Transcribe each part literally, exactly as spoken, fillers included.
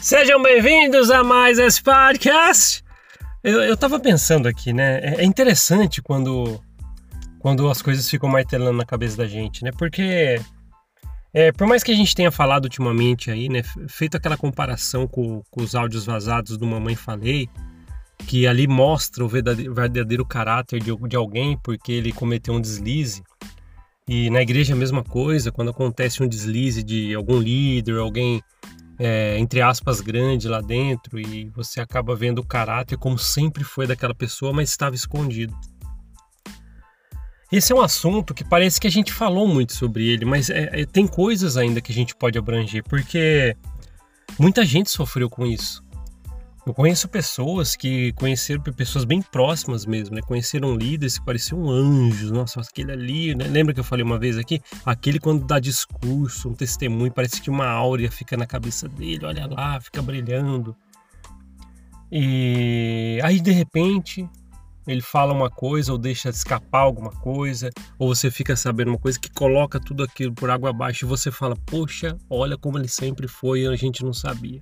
Sejam bem-vindos a mais esse podcast. Eu, eu tava pensando aqui, né? É interessante quando, quando as coisas ficam martelando na cabeça da gente, né? Porque, é, por mais que a gente tenha falado ultimamente aí, né? Feito aquela comparação com, com os áudios vazados do Mamãe Falei, que ali mostra o verdadeiro, verdadeiro caráter de, de alguém porque ele cometeu um deslize. E na igreja a mesma coisa, quando acontece um deslize de algum líder, alguém... É, entre aspas, grande lá dentro, e você acaba vendo o caráter como sempre foi daquela pessoa, mas estava escondido. Esse é um assunto que parece que a gente falou muito sobre ele, mas é, é, tem coisas ainda que a gente pode abranger, porque muita gente sofreu com isso. Eu conheço pessoas que conheceram pessoas bem próximas mesmo, né? Conheceram líderes que pareciam anjos. Nossa, aquele ali, né? Lembra que eu falei uma vez aqui? Aquele quando dá discurso, um testemunho, parece que uma áurea fica na cabeça dele, olha lá, fica brilhando. E aí, de repente, ele fala uma coisa ou deixa escapar alguma coisa, ou você fica sabendo uma coisa que coloca tudo aquilo por água abaixo e você fala, poxa, olha como ele sempre foi e a gente não sabia.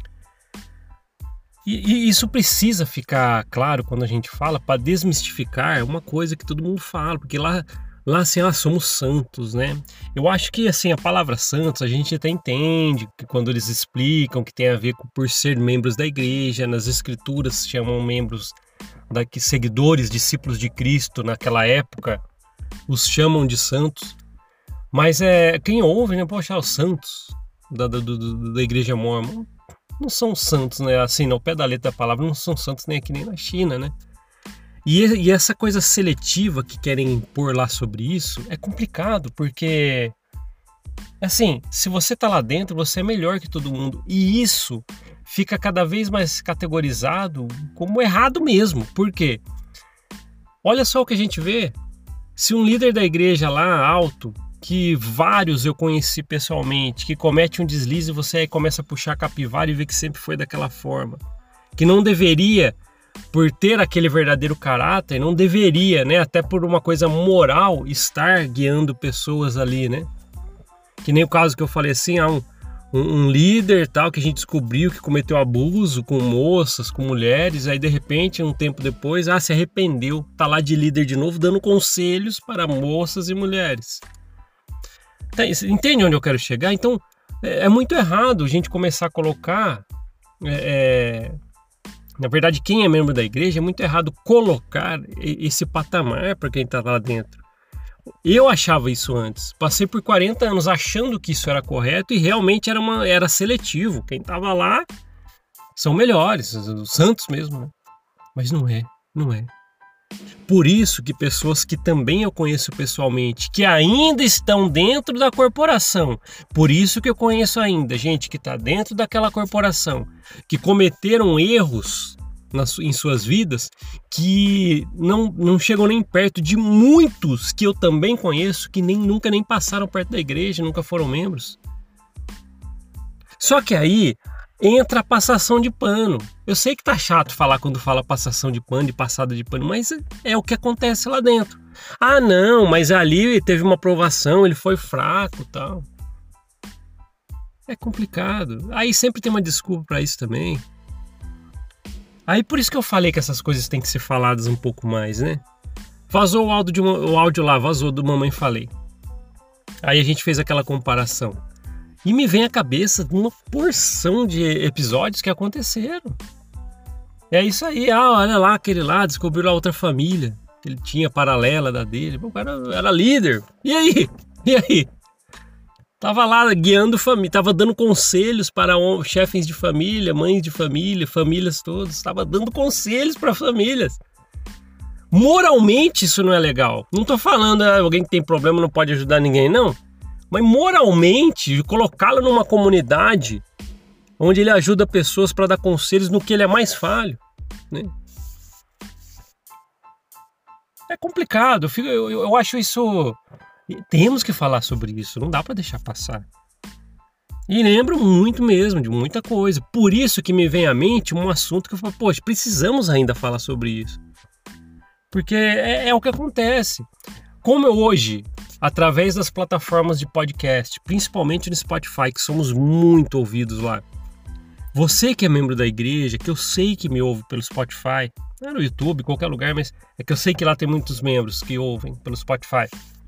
E, e isso precisa ficar claro quando a gente fala, para desmistificar uma coisa que todo mundo fala, porque lá, lá assim, ah, somos santos, né? Eu acho que assim, a palavra santos a gente até entende, que quando eles explicam que tem a ver com por ser membros da igreja, nas escrituras chamam membros, daqui, seguidores, discípulos de Cristo naquela época, os chamam de santos, mas é, quem ouve, né? Poxa, os santos da, da, da, da igreja mórmon, não são santos, né? Assim, no pé da letra da palavra, não são santos nem aqui nem na China, né? E, e essa coisa seletiva que querem impor lá sobre isso é complicado, porque, assim, se você tá lá dentro, você é melhor que todo mundo. E isso fica cada vez mais categorizado como errado mesmo. Por quê? Olha só o que a gente vê. Se um líder da igreja lá, alto, que vários eu conheci pessoalmente, que comete um deslize e você aí começa a puxar a capivara e vê que sempre foi daquela forma. Que não deveria, por ter aquele verdadeiro caráter, não deveria, né, até por uma coisa moral, estar guiando pessoas ali, né? Que nem o caso que eu falei assim, há um, um, um líder tal que a gente descobriu que cometeu abuso com moças, com mulheres, aí de repente, um tempo depois, ah, se arrependeu, tá lá de líder de novo, dando conselhos para moças e mulheres. Entende onde eu quero chegar? Então, é muito errado a gente começar a colocar, é, é, na verdade, quem é membro da igreja, é muito errado colocar esse patamar para quem está lá dentro. Eu achava isso antes, passei por quarenta anos achando que isso era correto e realmente era, uma, era seletivo. Quem estava lá são melhores, os santos mesmo, né? Mas não é, não é. Por isso que pessoas que também eu conheço pessoalmente, que ainda estão dentro da corporação, por isso que eu conheço ainda gente que está dentro daquela corporação, que cometeram erros nas, em suas vidas, que não, não chegam nem perto de muitos que eu também conheço, que nem, nunca nem passaram perto da igreja, nunca foram membros. Só que aí entra a passação de pano. Eu sei que tá chato falar quando fala passação de pano, de passada de pano, mas é o que acontece lá dentro. Ah, não, mas ali teve uma provação, ele foi fraco e tal. É complicado. Aí sempre tem uma desculpa para isso também. Aí por isso que eu falei que essas coisas têm que ser faladas um pouco mais, né? Vazou o áudio, de uma, o áudio lá, vazou do Mamãe Falei. Aí a gente fez aquela comparação. E me vem à cabeça uma porção de episódios que aconteceram. É isso aí, ah, olha lá, aquele lá, descobriu lá outra família, que ele tinha paralela da dele, o cara era líder. E aí? E aí? Tava lá guiando família, tava dando conselhos para chefes de família, mães de família, famílias todas, tava dando conselhos para famílias. Moralmente isso não é legal. Não tô falando, ah, alguém que tem problema não pode ajudar ninguém, não. Mas moralmente, colocá-lo numa comunidade onde ele ajuda pessoas para dar conselhos no que ele é mais falho, né? É complicado, eu, fico, eu, eu acho isso... Temos que falar sobre isso, não dá para deixar passar. E lembro muito mesmo de muita coisa. Por isso que me vem à mente um assunto que eu falo, poxa, precisamos ainda falar sobre isso. Porque é, é o que acontece. Como eu hoje... através das plataformas de podcast, principalmente no Spotify, que somos muito ouvidos lá. Você que é membro da igreja, que eu sei que me ouve pelo Spotify, não é no YouTube, qualquer lugar, mas é que eu sei que lá tem muitos membros que ouvem pelo Spotify.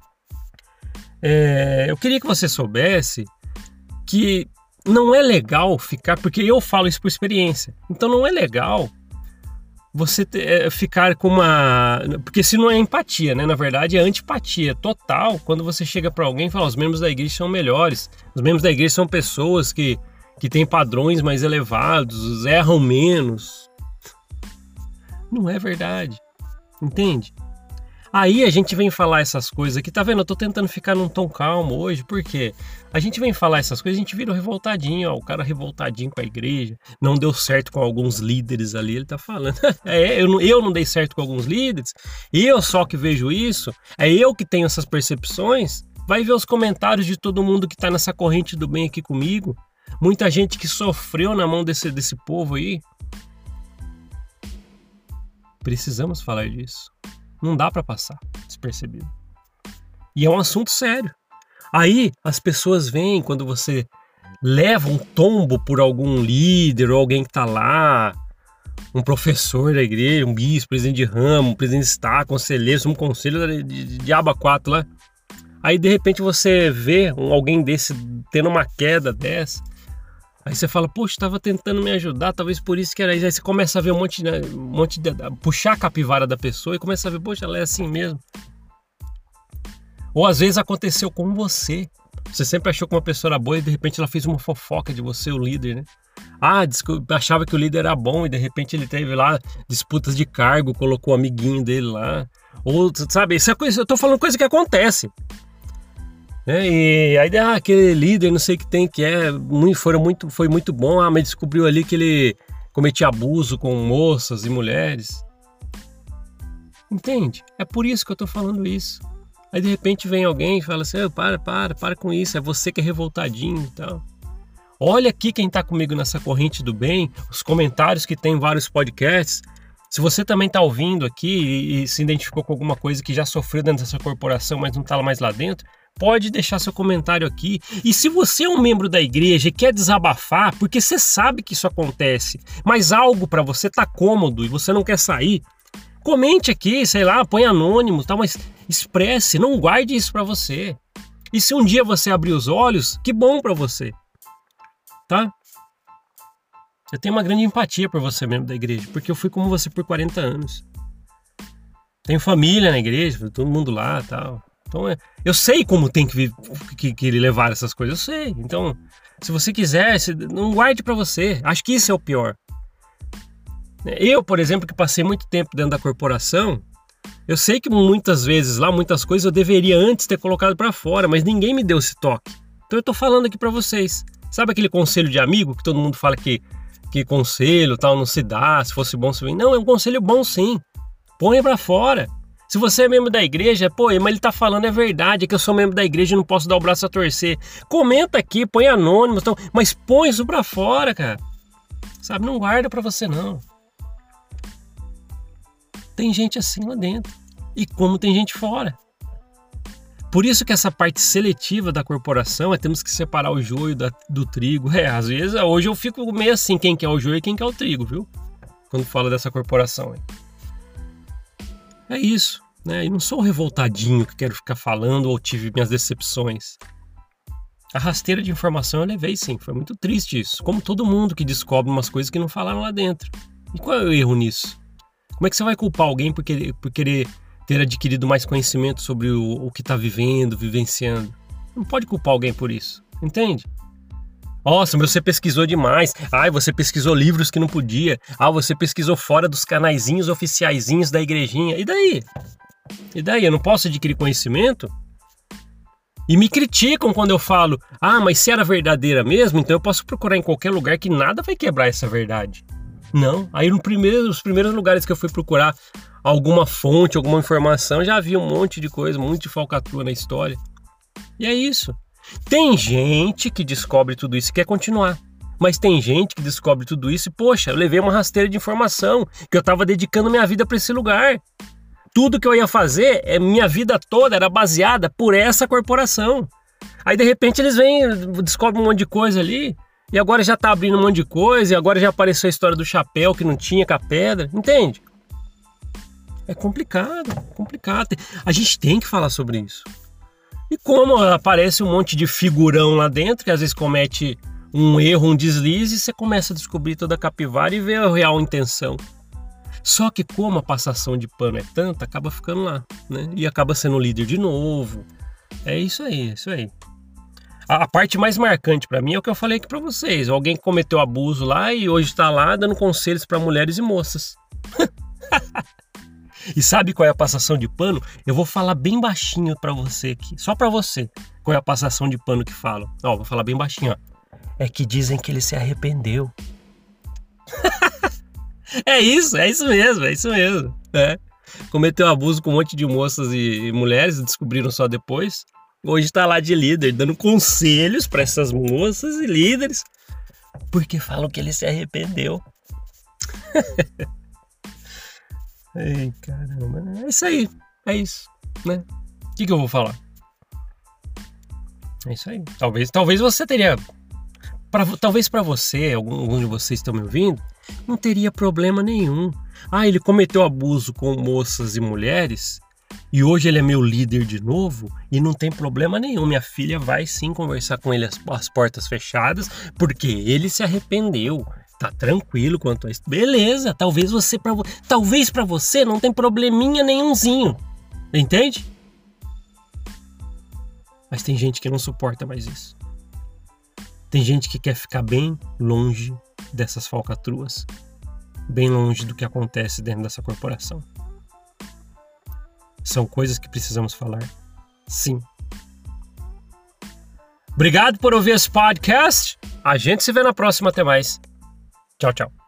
É, eu queria que você soubesse que não é legal ficar, porque eu falo isso por experiência, então não é legal você ter, é, ficar com uma... Porque se não é empatia, né? Na verdade é antipatia total quando você chega para alguém e fala, os membros da igreja são melhores, os membros da igreja são pessoas que, que têm padrões mais elevados, erram menos. Não é verdade, entende? Aí a gente vem falar essas coisas aqui, tá vendo? Eu tô tentando ficar num tom calmo hoje, porque a gente vem falar essas coisas, a gente vira revoltadinho, ó, o cara revoltadinho com a igreja, não deu certo com alguns líderes ali, ele tá falando, é, eu, não, eu não dei certo com alguns líderes, eu só que vejo isso, é eu que tenho essas percepções, vai ver os comentários de todo mundo que tá nessa corrente do bem aqui comigo, muita gente que sofreu na mão desse, desse povo aí. Precisamos falar disso. Não dá para passar despercebido. E é um assunto sério. Aí as pessoas veem quando você leva um tombo por algum líder ou alguém que está lá, um professor da igreja, um bispo, presidente de ramo, um presidente de estado, conselheiro, um conselho de, de, de aba quatro lá. Aí de repente você vê um, alguém desse tendo uma queda dessa. Aí você fala, poxa, estava tentando me ajudar, talvez por isso que era isso. Aí você começa a ver um monte, né, um monte de... puxar a capivara da pessoa e começa a ver, poxa, ela é assim mesmo. Ou às vezes aconteceu com você. Você sempre achou que uma pessoa era boa e de repente ela fez uma fofoca de você, o líder, né? Ah, achava que o líder era bom e de repente ele teve lá disputas de cargo, colocou o amiguinho dele lá. Ou, sabe, isso é coisa, eu tô falando coisa que acontece. É, e aí ah, aquele líder não sei o que tem que é muito, foi, muito, foi muito bom, ah, mas descobriu ali que ele cometia abuso com moças e mulheres, entende? É por isso que eu tô falando isso. Aí de repente vem alguém e fala assim, oh, para, para, para com isso, é você que é revoltadinho e tal. Olha aqui quem tá comigo nessa corrente do bem, os comentários que tem em vários podcasts. Se você também tá ouvindo aqui e, e se identificou com alguma coisa que já sofreu dentro dessa corporação, mas não tá mais lá dentro, pode deixar seu comentário aqui. E se você é um membro da igreja e quer desabafar, porque você sabe que isso acontece, mas algo para você tá cômodo e você não quer sair, comente aqui, sei lá, põe anônimo, tal, mas expresse, não guarde isso para você. E se um dia você abrir os olhos, que bom para você, tá? Eu tenho uma grande empatia por você, membro da igreja, porque eu fui como você por quarenta anos. Tenho família na igreja, todo mundo lá e tal. Então, eu sei como tem que, que, que levar essas coisas, eu sei. Então, se você quiser, não guarde pra você. Acho que isso é o pior. Eu, por exemplo, que passei muito tempo dentro da corporação, eu sei que muitas vezes lá, muitas coisas eu deveria antes ter colocado pra fora, mas ninguém me deu esse toque. Então eu tô falando aqui pra vocês. Sabe aquele conselho de amigo que todo mundo fala que, que conselho tal não se dá, se fosse bom, se bem. Não, é um conselho bom sim. Põe pra fora. Se você é membro da igreja, pô, mas ele tá falando é verdade, é que eu sou membro da igreja e não posso dar o braço a torcer. Comenta aqui, põe anônimo, então, mas põe isso pra fora, cara. Sabe, não guarda pra você não. Tem gente assim lá dentro. E como tem gente fora. Por isso que essa parte seletiva da corporação é temos que separar o joio da, do trigo. É, às vezes, hoje eu fico meio assim, quem quer o joio e quem quer o trigo, viu? Quando fala dessa corporação aí. É isso, né? E não sou o revoltadinho que quero ficar falando ou tive minhas decepções. A rasteira de informação eu levei sim, foi muito triste isso. Como todo mundo que descobre umas coisas que não falaram lá dentro. E qual é o erro nisso? Como é que você vai culpar alguém por querer, por querer ter adquirido mais conhecimento sobre o, o que está vivendo, vivenciando? Não pode culpar alguém por isso, entende? Nossa, mas você pesquisou demais. Ai, você pesquisou livros que não podia. Ah, você pesquisou fora dos canaizinhos oficiaizinhos da igrejinha. E daí? E daí? Eu não posso adquirir conhecimento? E me criticam quando eu falo, ah, mas se era verdadeira mesmo, então eu posso procurar em qualquer lugar que nada vai quebrar essa verdade. Não. Aí no primeiro, nos primeiros lugares que eu fui procurar alguma fonte, alguma informação, já havia um monte de coisa, um monte de falcatrua na história. E é isso. Tem gente que descobre tudo isso e quer continuar. Mas tem gente que descobre tudo isso e, poxa, eu levei uma rasteira de informação, que eu estava dedicando minha vida para esse lugar. Tudo que eu ia fazer, minha vida toda era baseada por essa corporação. Aí, de repente, eles vêm, descobrem um monte de coisa ali E agora já tá abrindo um monte de coisa, e agora já apareceu a história do chapéu que não tinha com a pedra, entende? É complicado, complicado. A gente tem que falar sobre isso. E como aparece um monte de figurão lá dentro, que às vezes comete um erro, um deslize, você começa a descobrir toda a capivara e ver a real intenção. Só que como a passação de pano é tanta, acaba ficando lá, né? E acaba sendo líder de novo. É isso aí, é isso aí. A, a parte mais marcante pra mim é o que eu falei aqui pra vocês. Alguém cometeu abuso lá e hoje tá lá dando conselhos pra mulheres e moças. E sabe qual é a passação de pano? Eu vou falar bem baixinho pra você aqui, só pra você. Qual é a passação de pano que falam? Ó, vou falar bem baixinho, ó. É que dizem que ele se arrependeu. É isso, é isso mesmo, é isso mesmo. É. Cometeu abuso com um monte de moças e, e mulheres, descobriram só depois. Hoje tá lá de líder, dando conselhos pra essas moças e líderes, porque falam que ele se arrependeu. Ai, caramba, é isso aí, é isso, né? O que que eu vou falar? É isso aí. Talvez, talvez você teria, pra, talvez para você, algum, algum de vocês estão me ouvindo, não teria problema nenhum. Ah, ele cometeu abuso com moças e mulheres e hoje ele é meu líder de novo e não tem problema nenhum. Minha filha vai sim conversar com ele às, às portas fechadas porque ele se arrependeu. Tá tranquilo quanto a isso. Beleza, talvez você para talvez para você não tem probleminha nenhumzinho. Entende? Mas tem gente que não suporta mais isso. Tem gente que quer ficar bem longe dessas falcatruas, bem longe do que acontece dentro dessa corporação. São coisas que precisamos falar, sim. Obrigado por ouvir esse podcast. A gente se vê na próxima. Até mais. Tchau, tchau.